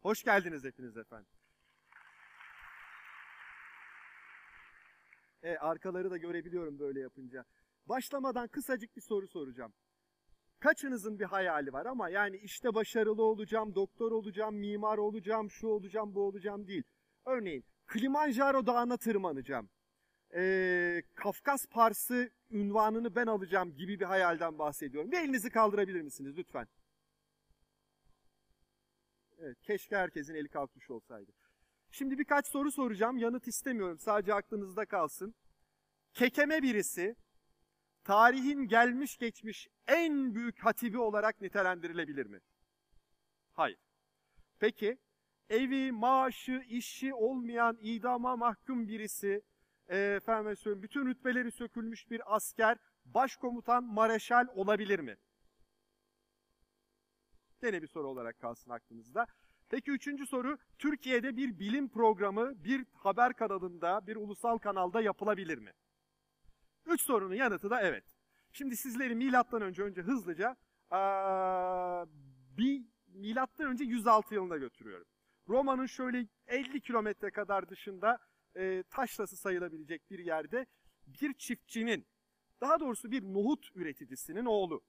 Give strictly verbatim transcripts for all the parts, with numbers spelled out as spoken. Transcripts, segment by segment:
Hoş geldiniz hepiniz efendim. E, arkaları da görebiliyorum böyle yapınca. Başlamadan kısacık bir soru soracağım. Kaçınızın bir hayali var ama yani işte başarılı olacağım, doktor olacağım, mimar olacağım, şu olacağım, bu olacağım değil. Örneğin Kilimanjaro Dağı'na tırmanacağım. Ee, Kafkas Parsı ünvanını ben alacağım gibi bir hayalden bahsediyorum. Bir elinizi kaldırabilir misiniz lütfen? Evet, keşke herkesin eli kalkmış olsaydı. Şimdi birkaç soru soracağım. Yanıt istemiyorum. Sadece aklınızda kalsın. Kekeme birisi tarihin gelmiş geçmiş en büyük hatibi olarak nitelendirilebilir mi? Hayır. Peki evi, maaşı, işi olmayan idama mahkum birisi, e, efendim söyleyeyim, bütün rütbeleri sökülmüş bir asker, başkomutan, mareşal olabilir mi? Gene bir soru olarak kalsın aklınızda. Peki üçüncü soru, Türkiye'de bir bilim programı bir haber kanalında, bir ulusal kanalda yapılabilir mi? Üç sorunun yanıtı da evet. Şimdi sizleri milattan önce önce hızlıca aa, bir milattan önce yüz altı yılına götürüyorum. Roma'nın şöyle elli kilometre kadar dışında e, taşrası sayılabilecek bir yerde bir çiftçinin, daha doğrusu bir nohut üreticisinin oğlu.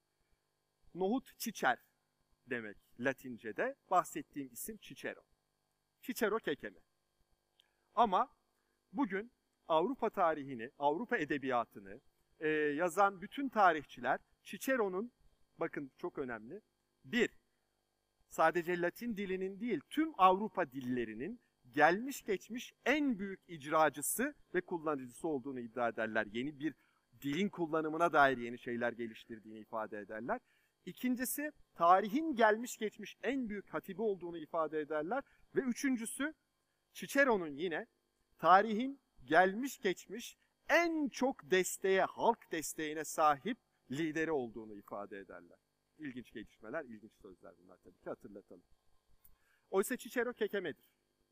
Nohut çiçer demek Latince'de. Bahsettiğim isim Cicero. Cicero Kekeme. Ama bugün Avrupa tarihini, Avrupa edebiyatını e, yazan bütün tarihçiler Cicero'nun, bakın çok önemli, bir, sadece Latin dilinin değil tüm Avrupa dillerinin gelmiş geçmiş en büyük icracısı ve kullanıcısı olduğunu iddia ederler. Yeni bir dilin kullanımına dair yeni şeyler geliştirdiğini ifade ederler. İkincisi, tarihin gelmiş geçmiş en büyük hatibi olduğunu ifade ederler. Ve üçüncüsü, Cicero'nun yine tarihin gelmiş geçmiş en çok desteğe, halk desteğine sahip lideri olduğunu ifade ederler. İlginç gelişmeler, ilginç sözler bunlar tabii ki, hatırlatalım. Oysa Cicero kekemedir.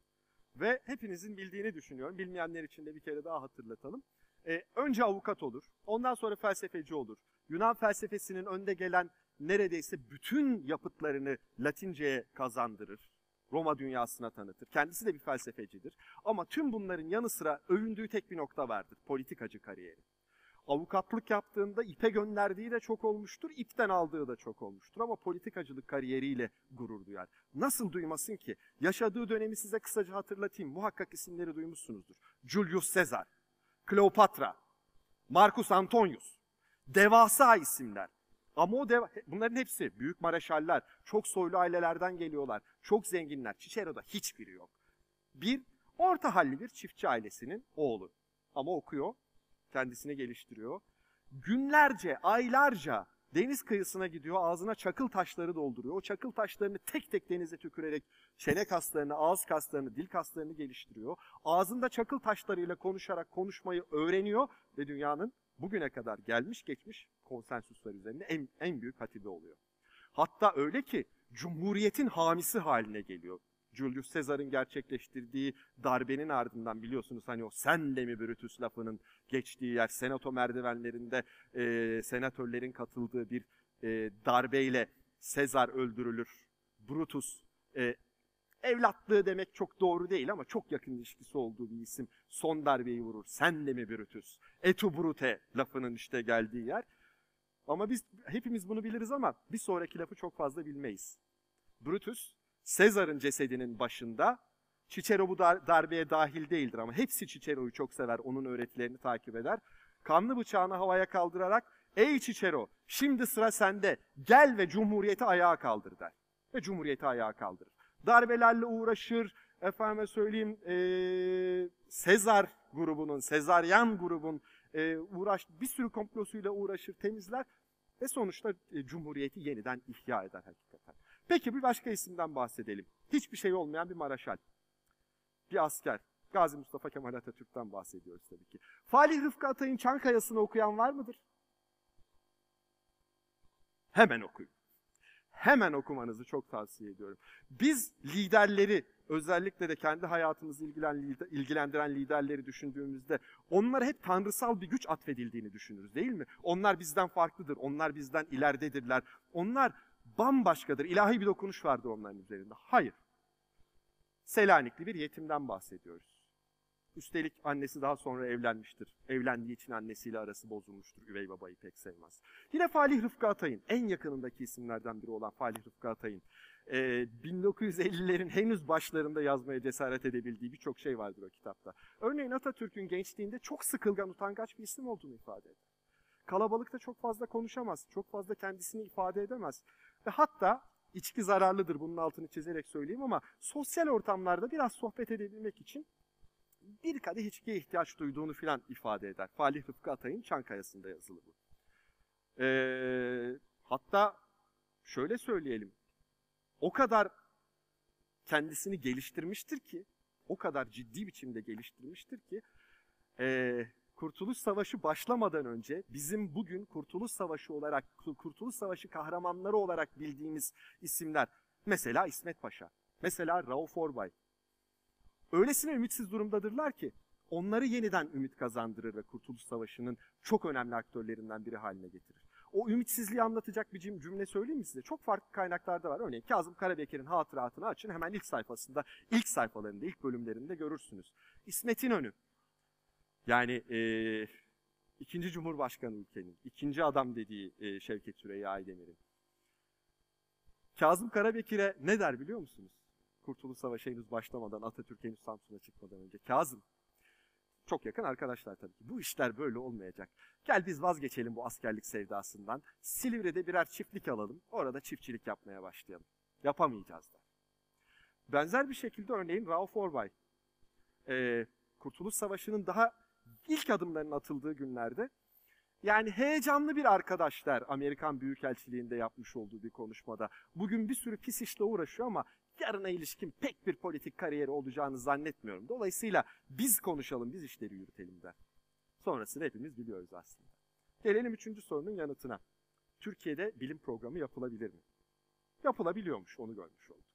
Ve hepinizin bildiğini düşünüyorum. Bilmeyenler için de bir kere daha hatırlatalım. Ee, önce avukat olur, ondan sonra felsefeci olur. Yunan felsefesinin önde gelen neredeyse bütün yapıtlarını Latince'ye kazandırır. Roma dünyasına tanıtır. Kendisi de bir felsefecidir. Ama tüm bunların yanı sıra övündüğü tek bir nokta vardır. Politikacı kariyeri. Avukatlık yaptığında ipe gönderdiği de çok olmuştur, ipten aldığı da çok olmuştur. Ama politikacılık kariyeriyle gurur duyar. Nasıl duymasın ki? Yaşadığı dönemi size kısaca hatırlatayım. Muhakkak isimleri duymuşsunuzdur. Julius Caesar, Kleopatra, Marcus Antonius. Devasa isimler. Ama o deva, bunların hepsi büyük mareşaller, çok soylu ailelerden geliyorlar, çok zenginler. Cicero'da hiçbiri yok. Bir, orta halli bir çiftçi ailesinin oğlu. Ama okuyor, kendisini geliştiriyor. Günlerce, aylarca deniz kıyısına gidiyor, ağzına çakıl taşları dolduruyor. O çakıl taşlarını tek tek denize tükürerek çene kaslarını, ağız kaslarını, dil kaslarını geliştiriyor. Ağzında çakıl taşlarıyla konuşarak konuşmayı öğreniyor ve dünyanın bugüne kadar gelmiş geçmiş konsensuslar üzerinde en, en büyük hatibi oluyor. Hatta öyle ki Cumhuriyet'in hamisi haline geliyor. Julius Caesar'ın gerçekleştirdiği darbenin ardından biliyorsunuz hani o "sen de mi Brutus" lafının geçtiği yer, senato merdivenlerinde e, senatörlerin katıldığı bir e, darbeyle Caesar öldürülür. Brutus, e, evlatlığı demek çok doğru değil ama çok yakın ilişkisi olduğu bir isim. Son darbeyi vurur. "Sen de mi Brutus? Etu brute" lafının işte geldiği yer. Ama biz hepimiz bunu biliriz ama bir sonraki lafı çok fazla bilmeyiz. Brutus, Caesar'ın cesedinin başında, Cicero bu dar darbeye dahil değildir ama hepsi Cicero'yu çok sever, onun öğretilerini takip eder. Kanlı bıçağını havaya kaldırarak "Ey Cicero, şimdi sıra sende, gel ve Cumhuriyeti ayağa kaldır" der. Ve Cumhuriyeti ayağa kaldırır. Darbelerle uğraşır, efendime söyleyeyim, ee, Sezar grubunun, Sezaryen grubun e, uğraş, bir sürü komplosuyla uğraşır, temizler ve sonuçta e, Cumhuriyeti yeniden ihya eder hakikaten. Peki bir başka isimden bahsedelim. Hiçbir şey olmayan bir mareşal, bir asker. Gazi Mustafa Kemal Atatürk'ten bahsediyoruz tabii ki. Falih Rıfkı Atay'ın Çankaya'sını okuyan var mıdır? Hemen okuyun. Hemen okumanızı çok tavsiye ediyorum. Biz liderleri, özellikle de kendi hayatımızı ilgilendiren liderleri düşündüğümüzde onlara hep tanrısal bir güç atfedildiğini düşünürüz değil mi? Onlar bizden farklıdır, onlar bizden ileridedirler, onlar bambaşkadır, ilahi bir dokunuş vardır onların üzerinde. Hayır. Selanikli bir yetimden bahsediyoruz. Üstelik annesi daha sonra evlenmiştir. Evlendiği için annesiyle arası bozulmuştur. Üvey babayı pek sevmez. Yine Falih Rıfkı Atay'ın, en yakınındaki isimlerden biri olan Falih Rıfkı Atay'ın e, bin dokuz yüz ellilerin henüz başlarında yazmaya cesaret edebildiği birçok şey vardır o kitapta. Örneğin Atatürk'ün gençliğinde çok sıkılgan, utangaç bir isim olduğunu ifade eder. Kalabalıkta çok fazla konuşamaz, çok fazla kendisini ifade edemez. Ve hatta içki zararlıdır, bunun altını çizerek söyleyeyim ama sosyal ortamlarda biraz sohbet edebilmek için bir kadeh içkiye ihtiyaç duyduğunu filan ifade eder. Falih Rıfkı Atay'ın Çankaya'sında yazılı bu. Ee, hatta şöyle söyleyelim, o kadar kendisini geliştirmiştir ki, o kadar ciddi biçimde geliştirmiştir ki, e, Kurtuluş Savaşı başlamadan önce bizim bugün Kurtuluş Savaşı olarak, Kurtuluş Savaşı kahramanları olarak bildiğimiz isimler, mesela İsmet Paşa, mesela Rauf Orbay, öylesine ümitsiz durumdadırlar ki onları yeniden ümit kazandırır ve Kurtuluş Savaşı'nın çok önemli aktörlerinden biri haline getirir. O ümitsizliği anlatacak bir cümle söyleyeyim mi size? Çok farklı kaynaklarda var. Örneğin Kazım Karabekir'in hatıratını açın, hemen ilk sayfasında, ilk sayfalarında, ilk bölümlerinde görürsünüz. İsmet İnönü, yani e, ikinci Cumhurbaşkanı ülkenin, ikinci adam dediği e, Şevket Süreyya Aydemir'in. Kazım Karabekir'e ne der biliyor musunuz? Kurtuluş Savaşı henüz başlamadan, Atatürk henüz Samsun'a çıkmadan önce. Kazım, çok yakın arkadaşlar tabii ki. Bu işler böyle olmayacak. Gel biz vazgeçelim bu askerlik sevdasından. Silivri'de birer çiftlik alalım. Orada çiftçilik yapmaya başlayalım. Yapamayacağız da. Benzer bir şekilde örneğin Rauf Orbay. Ee, Kurtuluş Savaşı'nın daha ilk adımlarının atıldığı günlerde, yani heyecanlı bir arkadaş der Amerikan Büyükelçiliğinde yapmış olduğu bir konuşmada. Bugün bir sürü pis işle uğraşıyor ama yarına ilişkin pek bir politik kariyeri olacağını zannetmiyorum. Dolayısıyla biz konuşalım, biz işleri yürütelim der. Sonrasını hepimiz biliyoruz aslında. Gelelim üçüncü sorunun yanıtına. Türkiye'de bilim programı yapılabilir mi? Yapılabiliyormuş, onu görmüş olduk.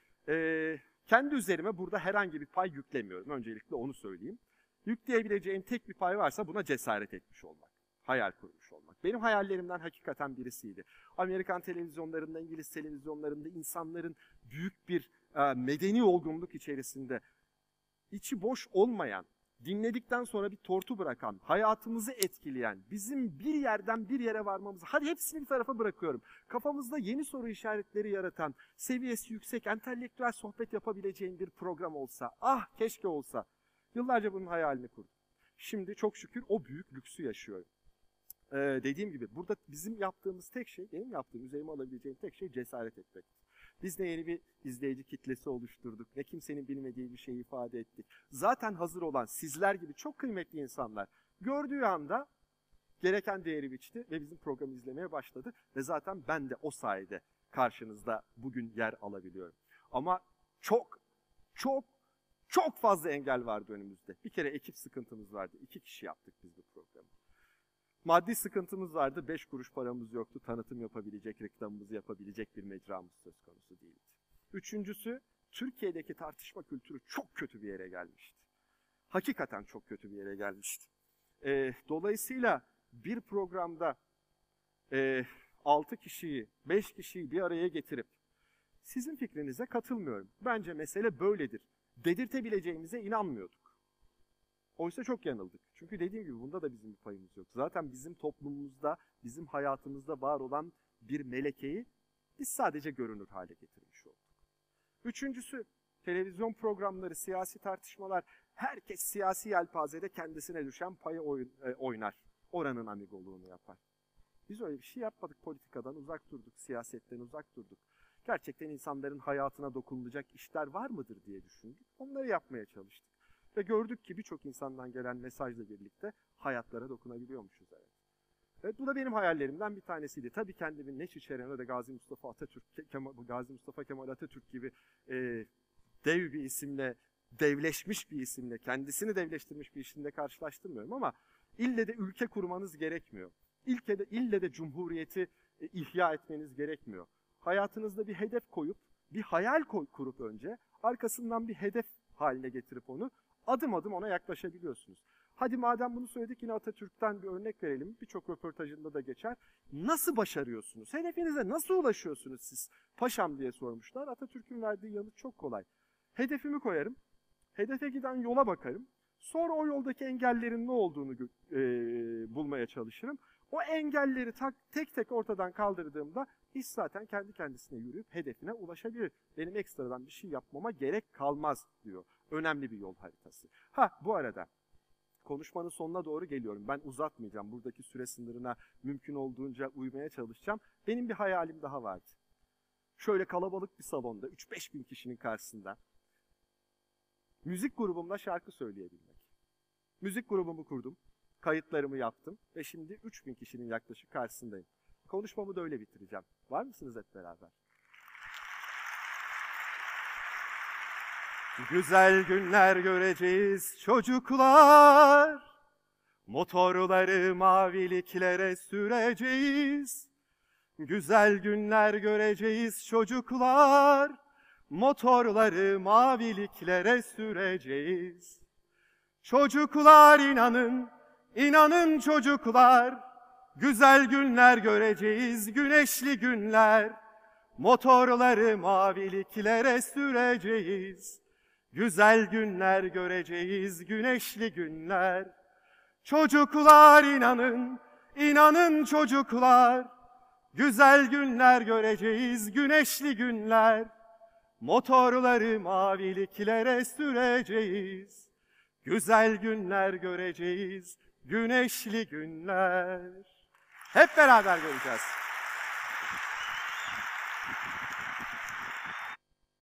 Ee, kendi üzerime burada herhangi bir pay yüklemiyorum. Öncelikle onu söyleyeyim. Yükleyebileceğim tek bir pay varsa buna cesaret etmiş olmak. Hayal kurmuş olmak. Benim hayallerimden hakikaten birisiydi. Amerikan televizyonlarında, İngiliz televizyonlarında insanların büyük bir e, medeni olgunluk içerisinde, içi boş olmayan, dinledikten sonra bir tortu bırakan, hayatımızı etkileyen, bizim bir yerden bir yere varmamızı, hadi hepsini bir tarafa bırakıyorum, kafamızda yeni soru işaretleri yaratan, seviyesi yüksek, entelektüel sohbet yapabileceğim bir program olsa, ah keşke olsa. Yıllarca bunun hayalini kurdum. Şimdi çok şükür o büyük lüksü yaşıyorum. Ee, dediğim gibi burada bizim yaptığımız tek şey, benim yaptığım, üzerime alabileceğim tek şey cesaret etmek. Biz de yeni bir izleyici kitlesi oluşturduk. Ne kimsenin bilmediği bir şeyi ifade ettik. Zaten hazır olan sizler gibi çok kıymetli insanlar gördüğü anda gereken değeri biçti ve bizim programı izlemeye başladı. Ve zaten ben de o sayede karşınızda bugün yer alabiliyorum. Ama çok, çok, çok fazla engel vardı önümüzde. Bir kere ekip sıkıntımız vardı. İki kişi yaptık biz bu programı. Maddi sıkıntımız vardı, beş kuruş paramız yoktu, tanıtım yapabilecek, reklamımızı yapabilecek bir mecramız söz konusu değildi. Üçüncüsü, Türkiye'deki tartışma kültürü çok kötü bir yere gelmişti. Hakikaten çok kötü bir yere gelmişti. E, dolayısıyla bir programda e, altı kişiyi, beş kişiyi bir araya getirip, sizin fikrinize katılmıyorum, bence mesele böyledir, dedirtebileceğimize inanmıyorduk. Oysa çok yanıldık. Çünkü dediğim gibi bunda da bizim bir payımız yok. Zaten bizim toplumumuzda, bizim hayatımızda var olan bir melekeyi biz sadece görünür hale getirmiş olduk. Üçüncüsü, televizyon programları, siyasi tartışmalar, herkes siyasi yelpazede kendisine düşen payı oynar. Oranın amigoluğunu yapar. Biz öyle bir şey yapmadık. Politikadan uzak durduk, siyasetten uzak durduk. Gerçekten insanların hayatına dokunulacak işler var mıdır diye düşündük. Onları yapmaya çalıştık. Ve gördük ki birçok insandan gelen mesajla birlikte hayatlara dokunabiliyormuşuz. Evet. Evet, bu da benim hayallerimden bir tanesiydi. Tabii kendimin Neşi Çeren'e de Gazi Mustafa Atatürk, Kemal, Gazi Mustafa Kemal Atatürk gibi e, dev bir isimle, devleşmiş bir isimle, kendisini devleştirmiş bir isimle karşılaştırmıyorum ama ille de ülke kurmanız gerekmiyor. İlke de, ille de cumhuriyeti e, ihya etmeniz gerekmiyor. Hayatınızda bir hedef koyup, bir hayal koy, kurup önce, arkasından bir hedef haline getirip onu, adım adım ona yaklaşabiliyorsunuz. Hadi madem bunu söyledik, yine Atatürk'ten bir örnek verelim. Birçok röportajında da geçer. Nasıl başarıyorsunuz? Hedefinize nasıl ulaşıyorsunuz siz? Paşam diye sormuşlar. Atatürk'ün verdiği yanıt çok kolay. Hedefimi koyarım. Hedefe giden yola bakarım. Sonra o yoldaki engellerin ne olduğunu e, bulmaya çalışırım. O engelleri tak, tek tek ortadan kaldırdığımda iş zaten kendi kendisine yürüyüp hedefine ulaşabilir. Benim ekstradan bir şey yapmama gerek kalmaz diyor. Önemli bir yol haritası. Ha bu arada konuşmanın sonuna doğru geliyorum. Ben uzatmayacağım. Buradaki süre sınırına mümkün olduğunca uymaya çalışacağım. Benim bir hayalim daha vardı. Şöyle kalabalık bir salonda üç beş bin kişinin karşısında müzik grubumla şarkı söyleyebilmek. Müzik grubumu kurdum. Kayıtlarımı yaptım ve şimdi üç bin kişinin yaklaşık karşısındayım. Konuşmamı da öyle bitireceğim. Var mısınız hep beraber? Güzel günler göreceğiz çocuklar. Motorları maviliklere süreceğiz. Güzel günler göreceğiz çocuklar. Motorları maviliklere süreceğiz. Çocuklar inanın, inanın çocuklar. Güzel günler göreceğiz, güneşli günler. Motorları maviliklere süreceğiz. Güzel günler göreceğiz, güneşli günler. Çocuklar inanın, inanın çocuklar. Güzel günler göreceğiz, güneşli günler. Motorları maviliklere süreceğiz. Güzel günler göreceğiz, güneşli günler. Hep beraber göreceğiz.